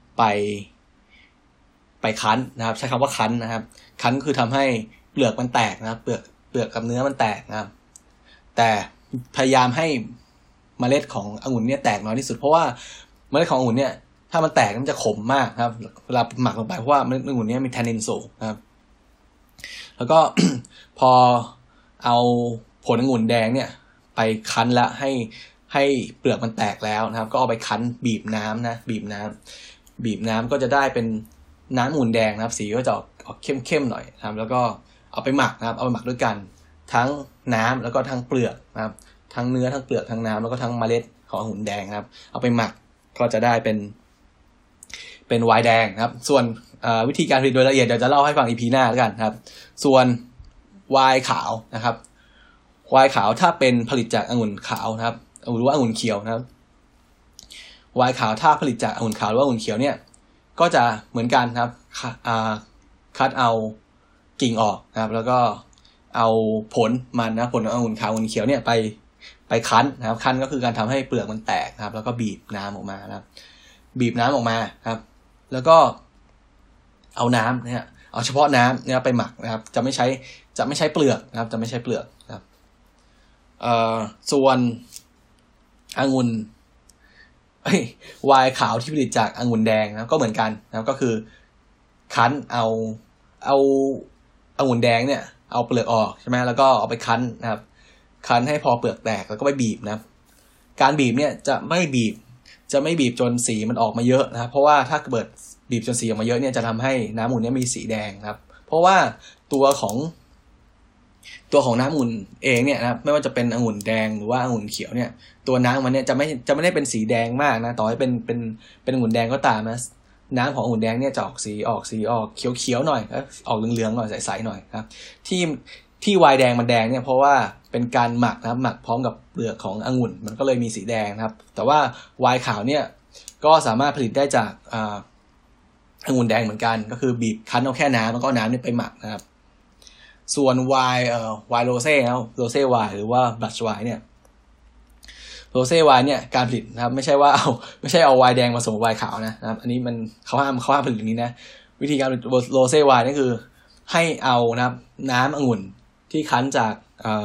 ไปคั้นนะครับใช้คำว่าคั้นนะครับคั้นคือทำให้เปลือกมันแตกนะครับเปลือกกับเนื้อมันแตกนะครับแต่พยายามให้เมล็ดขององุ่นเนี่ยแตกน้อยที่สุดเพราะว่าเมล็ดขององุ่นเนี่ยถ้ามันแตกมันจะขมมากครับเวลาหมักลงไปเพราะว่าเมล็ดองุ่นเนี่ยมีแทนนินสูงนะครับแล้วก็ พอเอาผลองุ่นแดงเนี่ยไปคั้นแล้วให้เปลือกมันแตกแล้วนะครับก็เอาไปคั้นบีบน้ำบีบน้ำก็จะได้เป็นน้ำองุ่นแดงนะครับสีก็จะออกเข้มๆหน่อยนะครับแล้วก็เอาไปหมักนะครับเอาไปหมักด้วยกันทั้งน้ำแล้วก็ทั้งเปลือกนะครับทั้งเนื้อทั้งเปลือกทั้งน้ำแล้วก็ทั้งเมล็ดขององุ่นแดงนะครับเอาไปหมักก็จะได้เป็นไวน์แดงนะครับส่วนวิธีการผลิตโดยละเอียดเดี๋ยวจะเล่าให้ฟัง EP หน้าแล้วกันครับส่วนไวน์ขาวนะครับไวน์ขาวถ้าเป็นผลิตจากองุ่นขาวนะครับหรือว่าองุ่นเขียวนะครับไวน์ขาวถ้าผลิตจากองุ่นขาวหรือว่าองุ่นเขียวเนี่ยก็จะเหมือนกันครับคัดเอากิ่งออกนะครับแล้วก็เอาผลมันนะผลองุ่นขาวองุ่นเขียวเนี่ยไปคั้นนะครับคั้นก็คือการทำให้เปลือกมันแตกนะครับแล้วก็บีบน้ำออกมานะครับบีบน้ำออกมาครับแล้วก็เอาน้ำเนี่ยเอาเฉพาะน้ำเนี่ยไปหมักนะครับจะไม่ใช้เปลือกนะครับจะไม่ใช้เปลือกนะครับส่วนองุ่นไวน์ขาวที่ผลิตจากองุ่นแดงนะก็เหมือนกันนะครับก็คือคั้นเอาองุ่นแดงเนี่ยเอาเปลือกออกใช่ไหมแล้วก็เอาไปคั้นนะครับคั้นให้พอเปลือกแตกแล้วก็ไปบีบนะครับการบีบเนี่ยจะไม่บีบจนสีมันออกมาเยอะนะครับเพราะว่าถ้าเกิดบีบจนสีออกมาเยอะเนี่ยจะทำให้น้ำองุ่นเนี่ยมีสีแดงนะครับเพราะว่าตัวของน้ำองุ่นเองเนี่ยนะครับไม่ว่าจะเป็นองุ่นแดงหรือว่าองุ่นเขียวเนี่ยตัวน้ำมันเนี่ยจะไม่ได้เป็นสีแดงมากนะต่อให้เป็นองุ่นแดงก็ตามนะน้ำขององุ่นแดงเนี่ยจะออกสีเขียวหน่อยออกเหลืองๆหน่อยใสๆหน่อยครับที่ไวน์แดงมันแดงเนี่ยเพราะว่าเป็นการหมักนะครับหมักพร้อมกับเปลือกขององุ่นมันก็เลยมีสีแดงนะครับแต่ว่าไวน์ขาวเนี่ยก็สามารถผลิตได้จากองุ่นแดงเหมือนกันก็คือบีบคั้นเอาแค่น้ำแล้วก็น้ำเนี่ยไปหมักนะครับส่วนไวน์โรเซ่นะโรเซ่ไวน์หรือว่าบลัชไวน์เนี่ยโรเซ่ไวน์เนี่ยการผลิตนะครับไม่ใช่เอาไวน์แดงมาผสมไวน์ขาวนะครับอันนี้มันเขาห้ามผลิตอย่างนี้นะวิธีการผลิตโรเซ่ไวน์นี่คือให้เอานะครับน้ำองุ่นที่คั้นจาก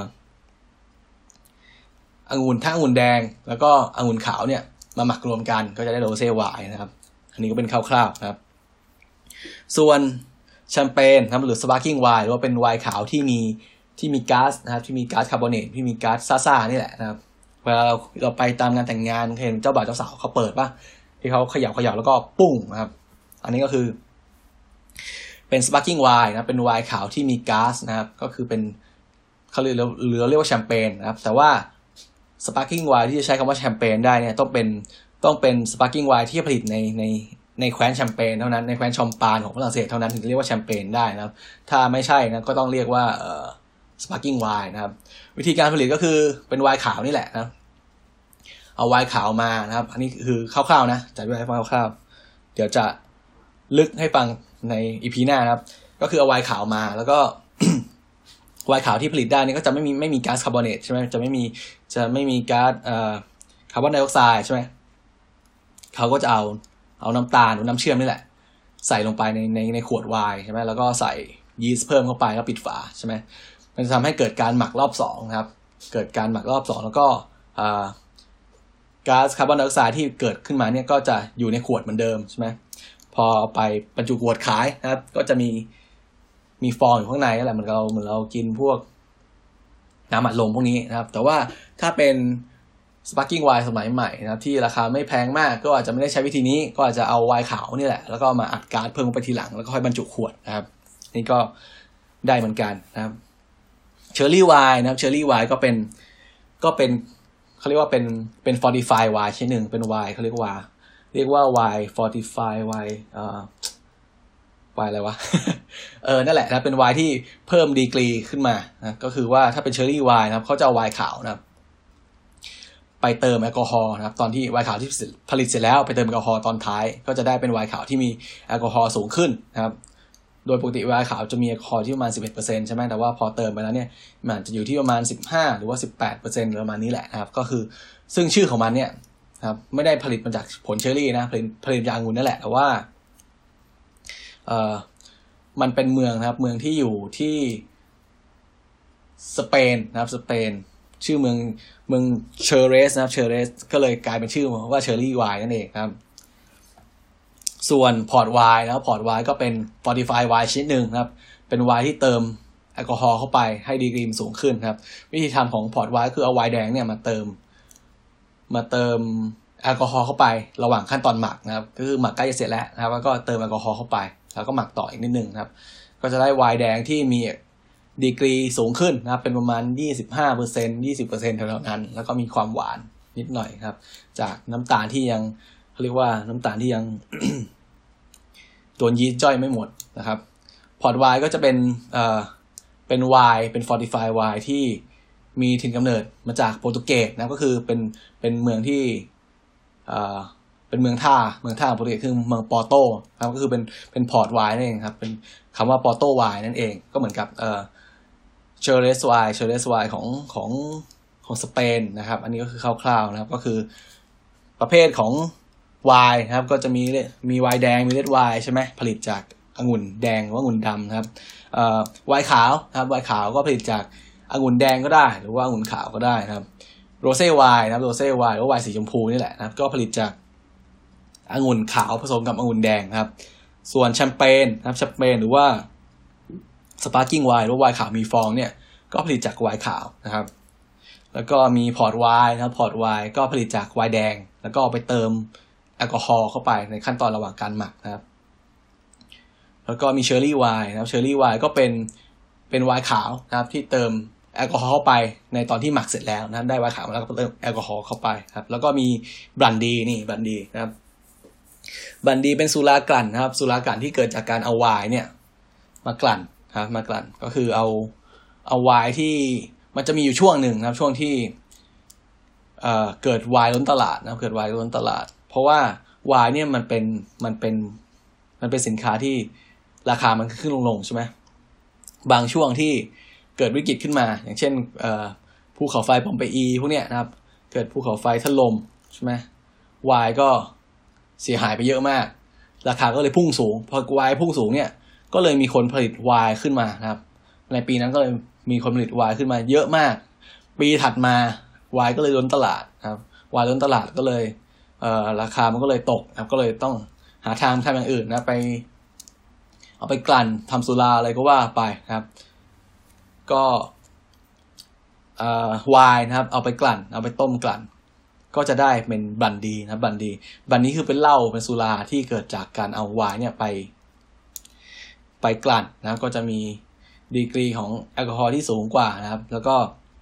องุ่นทั้งองุ่นแดงแล้วก็องุ่นขาวเนี่ยมาหมักรวมกันก็จะได้โรเซ่ไวน์นะครับอันนี้ก็เป็นคร่าวๆนะครับส่วนแชมเปญนะครับหรือสปาร์กิ้งไวน์หรือว่าเป็นไวน์ขาวที่มีก๊าซนะครับที่มีก๊าซคาร์บอเนตที่มีก๊าซซ่าๆนี่แหละนะครับเวลาเราไปตามงานแต่งงานเห็นเจ้าบ่าวเจ้าสาวเขาเปิดป่ะที่เขาเขย่าแล้วก็ปุ้งนะครับอันนี้ก็คือเป็นสปาร์กิ้งไวน์นะเป็นไวน์ขาวที่มีก๊าซนะครับก็คือเป็นเขาเรียกว่าแชมเปญนะครับแต่ว่าสปาร์กิ้งไวน์ที่จะใช้คำว่าแชมเปญได้เนี่ยต้องเป็นสปาร์กิ้งไวน์ที่ผลิตในแคว้นแชมเปญเท่านั้นในแคว้นชอมปานของฝรั่งเศสเท่านั้นถึงจะเรียกว่าแชมเปญได้นะครับถ้าไม่ใช่นะก็ต้องเรียกว่าสปาร์กิ้งไวน์นะครับวิธีการผลิตก็คือเป็นไวน์ขาวนี่แหละนะเอาไวน์ขาวมานะครับอันนี้คือคร่าวๆนะจะด้วยให้ฟังคร่าวๆเดี๋ยวจะลึกให้ฟังใน EP หน้านะครับก็คือเอาไวน์ขาวมาแล้วก็ไวน์ขาวที่ผลิตได้นี่ก็จะไม่มีก๊าซคาร์บอเนตใช่ไหมจะไม่มีก๊าซคาร์บอนไดออกไซด์ใช่ไหมเขาก็จะเอาน้ำตาลหรือน้ำเชื่อมนี่แหละใส่ลงไปในขวดไวน์ใช่ไหมแล้วก็ใส่ยีสต์เพิ่มเข้าไปแล้วปิดฝาใช่ไหมมันจะทำให้เกิดการหมักรอบ2นะครับเกิดการหมักรอบ2แล้วก็ก๊าซคาร์บอนไดออกไซด์ที่เกิดขึ้นมาเนี่ยก็จะอยู่ในขวดเหมือนเดิมใช่ไหมพอไปบรรจุขวดขายนะครับก็จะมีฟองอยู่ข้างในนั่นแหละเหมือนเรากินพวกน้ำอัดลมพวกนี้นะครับแต่ว่าถ้าเป็นสปาร์กิ้งไวน์สมัยใหม่นะครับที่ราคาไม่แพงมากก็อาจจะไม่ได้ใช้วิธีนี้ก็อาจจะเอาไวน์ขาวนี่แหละแล้วก็มาอัดก๊าซเพิ่มไปทีหลังแล้วก็ค่อยบรรจุขวดนะครับนี่ก็ได้เหมือนกันนะครับเชอร์รี่ไวน์นะครับเชอร์รี่ไวน์ก็เป็นเขาเรียกว่าเป็นฟอร์ติฟายไวน์ชนิดหนึ่งเป็นไวน์เขาเรียกว่าไวน์ฟอร์ติฟายไวน์ไวน์อะไรวะ นั่นแหละนะเป็นไวน์ที่เพิ่มดีกรีขึ้นมานะก็คือว่าถ้าเป็นเชอร์รี่ไวน์นะครับเขาจะเอาไวน์ขาวนะครับไปเติมแอลกอฮอล์นะครับตอนที่ไวน์ขาวที่ผลิตเสร็จแล้วไปเติมแอลกอฮอล์ตอนท้ายก็จะได้เป็นไวน์ขาวที่มีแอลกอฮอล์สูงขึ้นนะครับโดยปกติไวน์ขาวจะมีแอลกอฮอล์ที่ประมาณ 11% ใช่ไหมแต่ว่าพอเติมไปแล้วเนี่ยมันจะอยู่ที่ประมาณ15หรือว่า 18% ประมาณนี้แหละนะครับก็คือซึ่งชื่อของมันเนี่ยครับไม่ได้ผลิตมาจากผลเชอร์รี่นะผลิตจากองุ่นนั่นแหละแต่ว่ามันเป็นเมืองนะครับเมืองที่อยู่ที่สเปนนะครับสเปนชื่อเมืองเชอเรสนะครับเชอเรสก็เลยกลายเป็นชื่อว่าเชอร์รี่ไวน์นั่นเองครับส่วนพอร์ตไวน์นะครับพอร์ตไวน์ก็เป็นฟอร์ติฟายไวน์ชนิดหนึ่งนะครับเป็นไวน์ที่เติมแอลกอฮอล์เข้าไปให้ดีกรีสูงขึ้นครับวิธีทำของพอร์ตไวน์คือเอาไวน์แดงเนี่ยมาเติมแอลกอฮอล์เข้าไประหว่างขั้นตอนหมักนะครับก็คือหมักใกล้จะเสร็จแล้วนะครับแล้วก็เติมแอลกอฮอล์เข้าไปแล้วก็หมักต่ออีกนิดนึงนะครับก็จะได้ไวน์แดงที่มีดีกรีสูงขึ้นนะครับเป็นประมาณ 25% 20% เท่านั้นแล้วก็มีความหวานนิดหน่อยครับจากน้ำตาลที่ยังเรียกว่าน้ำตาลที่ยัง ตัวยีสต์ย่อยไม่หมดนะครับพอร์ตไวน์ก็จะเป็นไวน์เป็นฟอร์ติฟายไวน์ที่มีถิ่นกำเนิดมาจากโปรตุเกสนะก็คือเป็นเมืองที่เป็นเมืองท่าของโปรตุเกสคือเมืองปอร์โตครับก็คือเป็นพอร์ตไวน์นั่นเองครับเป็นคำว่าปอร์โตไวน์นั่นเองก็เหมือนกับเชอร์เรสไวน์ของสเปนนะครับอันนี้ก็คือคร่าวๆนะครับก็คือประเภทของไวน์นะครับก็จะมีไวน์แดงมีเรดไวน์ใช่ไหมผลิตจากองุ่นแดงหรือว่าองุ่นดำนะครับไวน์ขาวนะครับไวน์ขาวก็ผลิตจากองุ่นแดงก็ได้หรือว่าองุ่นขาวก็ได้นะครับโรเซ่ไวน์นะครับโรเซ่ไวน์หรือว่าไวน์สีชมพูนี่แหละนะครับก็ผลิตจากองุ่นขาวผสมกับองุ่นแดงนะครับส่วนแชมเปญนะครับแชมเปญหรือว่าสปาร์กิ้งไวน์หรือว่าไวน์ขาวมีฟองเนี่ยก็ผลิตจากไวน์ขาวนะครับแล้วก็มีพอร์ตไวน์นะครับพอร์ตไวน์ก็ผลิตจากไวน์แดงแล้วก็ไปเติมแอลกอฮอล์เข้าไปในขั้นตอนระหว่างการหมักนะครับแล้วก็มีเชอร์รี่ไวน์นะครับเชอร์รี่ไวน์ก็เป็นไวน์ขาวนะครับที่เติมแอลกอฮอล์เข้าไปในตอนที่หมักเสร็จแล้วนะได้ไวน์ขาวแล้วก็เติมแอลกอฮอล์เข้าไปครับแล้วก็มีบรันดีนะครับบรันดีเป็นสุรากลั่นนะครับสุรากลั่นที่เกิดจากการเอาไวน์เนี่ยมากลั่นครับมากลั่นก็คือเอาไวน์ที่มันจะมีอยู่ช่วงหนึ่งนะครับช่วงที่เกิดไวน์ล้นตลาดนะครับเกิดไวน์ล้นตลาดเพราะว่าไวน์เนี่ยมันเป็นสินค้าที่ราคามันขึ้นลงใช่ไหมบางช่วงที่เกิดวิกฤตขึ้นมาอย่างเช่นภูเขาไฟปอมเปอีพวกเนี้ยนะครับเกิดภูเขาไฟถล่มใช่ไหมไวน์ก็เสียหายไปเยอะมากราคาก็เลยพุ่งสูงพอไวน์พุ่งสูงเนี่ยก็เลยมีคนผลิตไวน์ขึ้นมานะครับในปีนั้นก็เลยมีคนผลิตไวน์ขึ้นมาเยอะมากปีถัดมาไวน์ก็เลยล้นตลาดครับไวน์ล้นตลาดก็เลยราคามันก็เลยตกครับก็เลยต้องหาทางทำอย่างอื่นนะไปเอาไปกลั่นทำสุราอะไรก็ว่าไปครับก็ไวน์นะครับเอาไปกลั่นเอาไปต้มกลั่นก็จะได้เป็นบรันดีนะบรันดีคือเป็นเหล้าเป็นสุราที่เกิดจากการเอาไวน์เนี่ยไปกลั่นนะครับก็จะมีดีกรีของแอลกอฮอล์ที่สูงกว่านะครับแล้วก็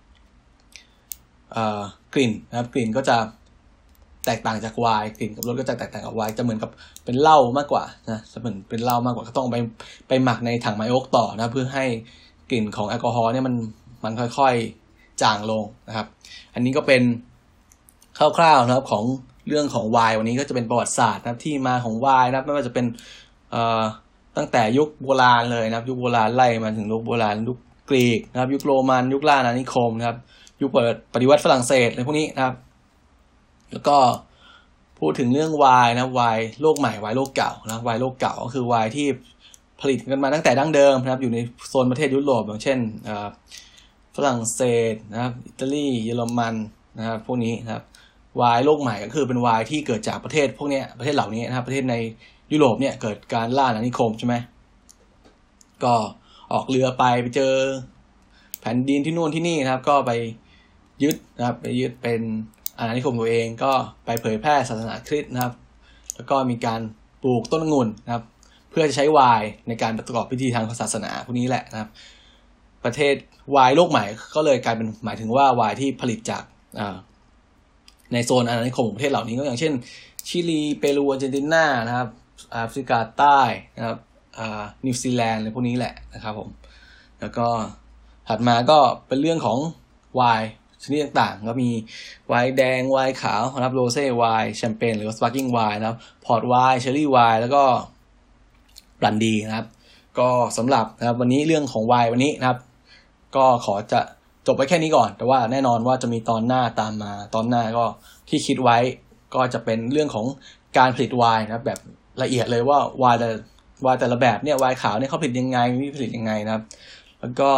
กลิ่นนะครับกลิ่นก็จะแตกต่างจากไวน์กลิ่นกับรสก็จะแตกต่างกับไวน์จะเหมือนกับเป็นเหล้ามากกว่านะจะเหมือนเป็นเหล้ามากกว่าก็ต้องไปหมักในถังไมโอ๊กต่อนะเพื่อให้กลิ่นของแอลกอฮอล์เนี่ยมันค่อยๆจางลงนะครับอันนี้ก็เป็นคร่าวๆนะครับของเรื่องของไวน์วันนี้ก็จะเป็นประวัติศาสตร์นะครับที่มาของไวน์นะครับไม่ว่าจะเป็นตั้งแต่ยุคโบราณเลยนะครับยุคโบราณไล่มาถึงยุคโบราณกรีกนะครับยุคโรมันยุคล่าอาณานิคมนะครับยุคปฏิวัติฝรั่งเศสอะไรพวกนี้นะครับแล้วก็พูดถึงเรื่องไวน์นะไวน์โลกใหม่ไวน์โลกเก่านะไวน์โลกเก่าก็คือไวน์ที่ผลิตกันมาตั้งแต่ดั้งเดิมนะครับอยู่ในโซนประเทศยุโรปอย่างเช่นฝรั่งเศสนะครับอิตาลีเยอรมันนะครับพวกนี้นะครับไวน์โลกใหม่ก็คือเป็นไวน์ที่เกิดจากประเทศพวกนี้ประเทศเหล่านี้นะครับประเทศในยุโรปเนี่ยเกิดการล่าอาณานิคมใช่ไหมก็ออกเรือไปเจอแผ่นดินที่นู่นที่นี่นะครับก็ไปยึดนะครับไปยึดเป็นอาณานิคมตัวเองก็ไปเผยแพร่ศาสนาคริสต์นะครับแล้วก็มีการปลูกต้นองุ่นนะครับเพื่อจะใช้ไวน์ในการประกอบพิธีทางศาสนาพวกนี้แหละนะครับประเทศไวน์โลกใหม่ก็เลยกลายเป็นหมายถึงว่าไวน์ที่ผลิตจากในโซนอาณานิคมของประเทศเหล่านี้ก็อย่างเช่นชิลีเปรูอาร์เจนตินานะครับแอฟริกาใต้นะครับนิวซีแลนด์อะไรพวกนี้แหละนะครับผมแล้วก็ถัดมาก็เป็นเรื่องของไวน์ชนิดต่างๆก็มีไวน์แดงไวน์ขาวนะครับโรเซ่ไวน์แชมเปญหรือว่าสปาร์กิ้งไวน์นะครับพอร์ตไวน์เชอร์รี่ไวน์แล้วก็บรันดีนะครับก็สำหรับนะครับวันนี้เรื่องของไวน์วันนี้นะครับก็ขอจะจบไปแค่นี้ก่อนแต่ว่าแน่นอนว่าจะมีตอนหน้าตามมาตอนหน้าก็ที่คิดไว้ก็จะเป็นเรื่องของการผลิตไวน์นะครับแบบละเอียดเลยว่าไวน์แต่ละแบบเนี่ยไวน์ขาวเนี่ยเขาผลิตยังไงวิธีผลิตยังไงนะครับแล้วก็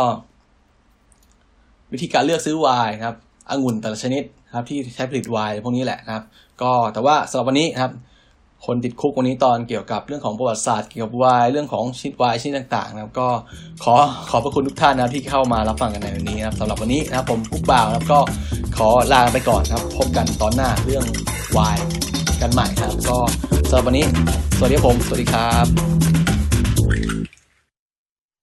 วิธีการเลือกซื้อไวน์นะครับองุ่นแต่ละชนิดนะครับที่ใช้ผลิตไวน์พวกนี้แหละนะครับก็แต่ว่าสำหรับวันนี้นะครับคนติดคุกวันนี้ตอนเกี่ยวกับเรื่องของประวัติศาสตร์เกี่ยวกับไวน์เรื่องของชนิดไวน์ชนิดต่างๆนะครับก็ขอบพระคุณทุกท่านนะครับที่เข้ามารับฟังกันในวันนี้นะครับสำหรับวันนี้นะครับผมกุ๊กบ่าวนะครับก็ขอลาไปก่อนนะครับพบกันตอนหน้าเรื่องไวน์กันใหม่ครับก็สำหรับวันนี้สวัสดีครับผมสวัสดีครับ